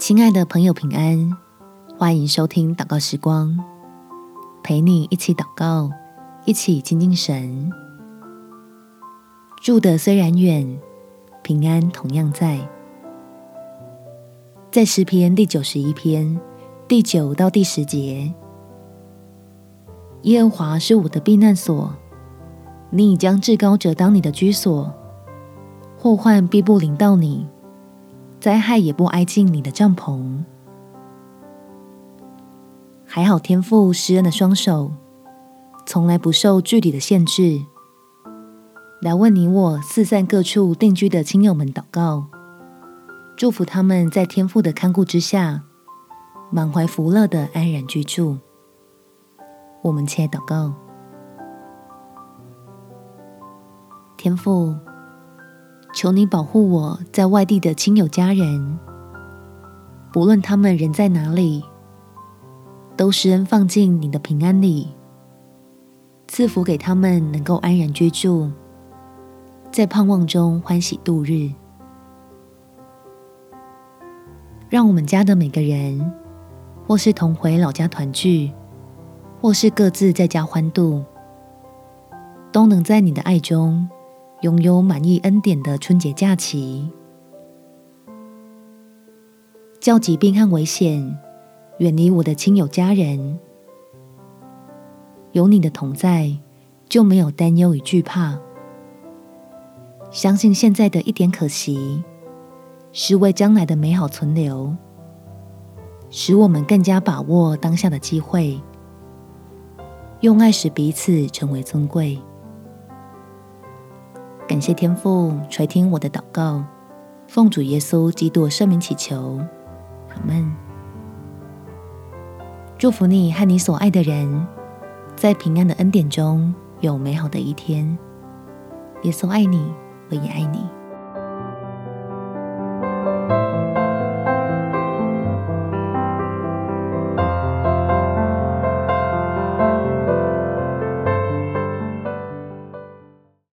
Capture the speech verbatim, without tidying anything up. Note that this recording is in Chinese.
亲爱的朋友平安，欢迎收听祷告时光，陪你一起祷告，一起亲近神。住得虽然远，平安同样在。在诗篇第九十一篇第九到第十节，耶和华是我的避难所，你已将至高者当你的居所，祸患必不临到你，灾害也不挨近你的帐篷。还好天父施恩的双手，从来不受距离的限制，来为你我四散各处定居的亲友们祷告，祝福他们在天父的看顾之下，满怀福乐的安然居住。我们且祷告。天父，求你保护我在外地的亲友家人，不论他们人在哪里，都施恩放进你的平安里，赐福给他们能够安然居住，在盼望中欢喜度日。让我们家的每个人，或是同回老家团聚，或是各自在家欢度，都能在你的爱中拥有满溢恩典的春节假期，叫疾病和危险远离我的亲友家人。有你的同在，就没有担忧与惧怕。相信现在的一点可惜，是为将来的美好存留，使我们更加把握当下的机会，用爱使彼此成为尊贵。感谢天父垂听我的祷告，奉主耶稣基督的圣名祈求，阿们。祝福你和你所爱的人，在平安的恩典中有美好的一天。耶稣爱你，我也爱你。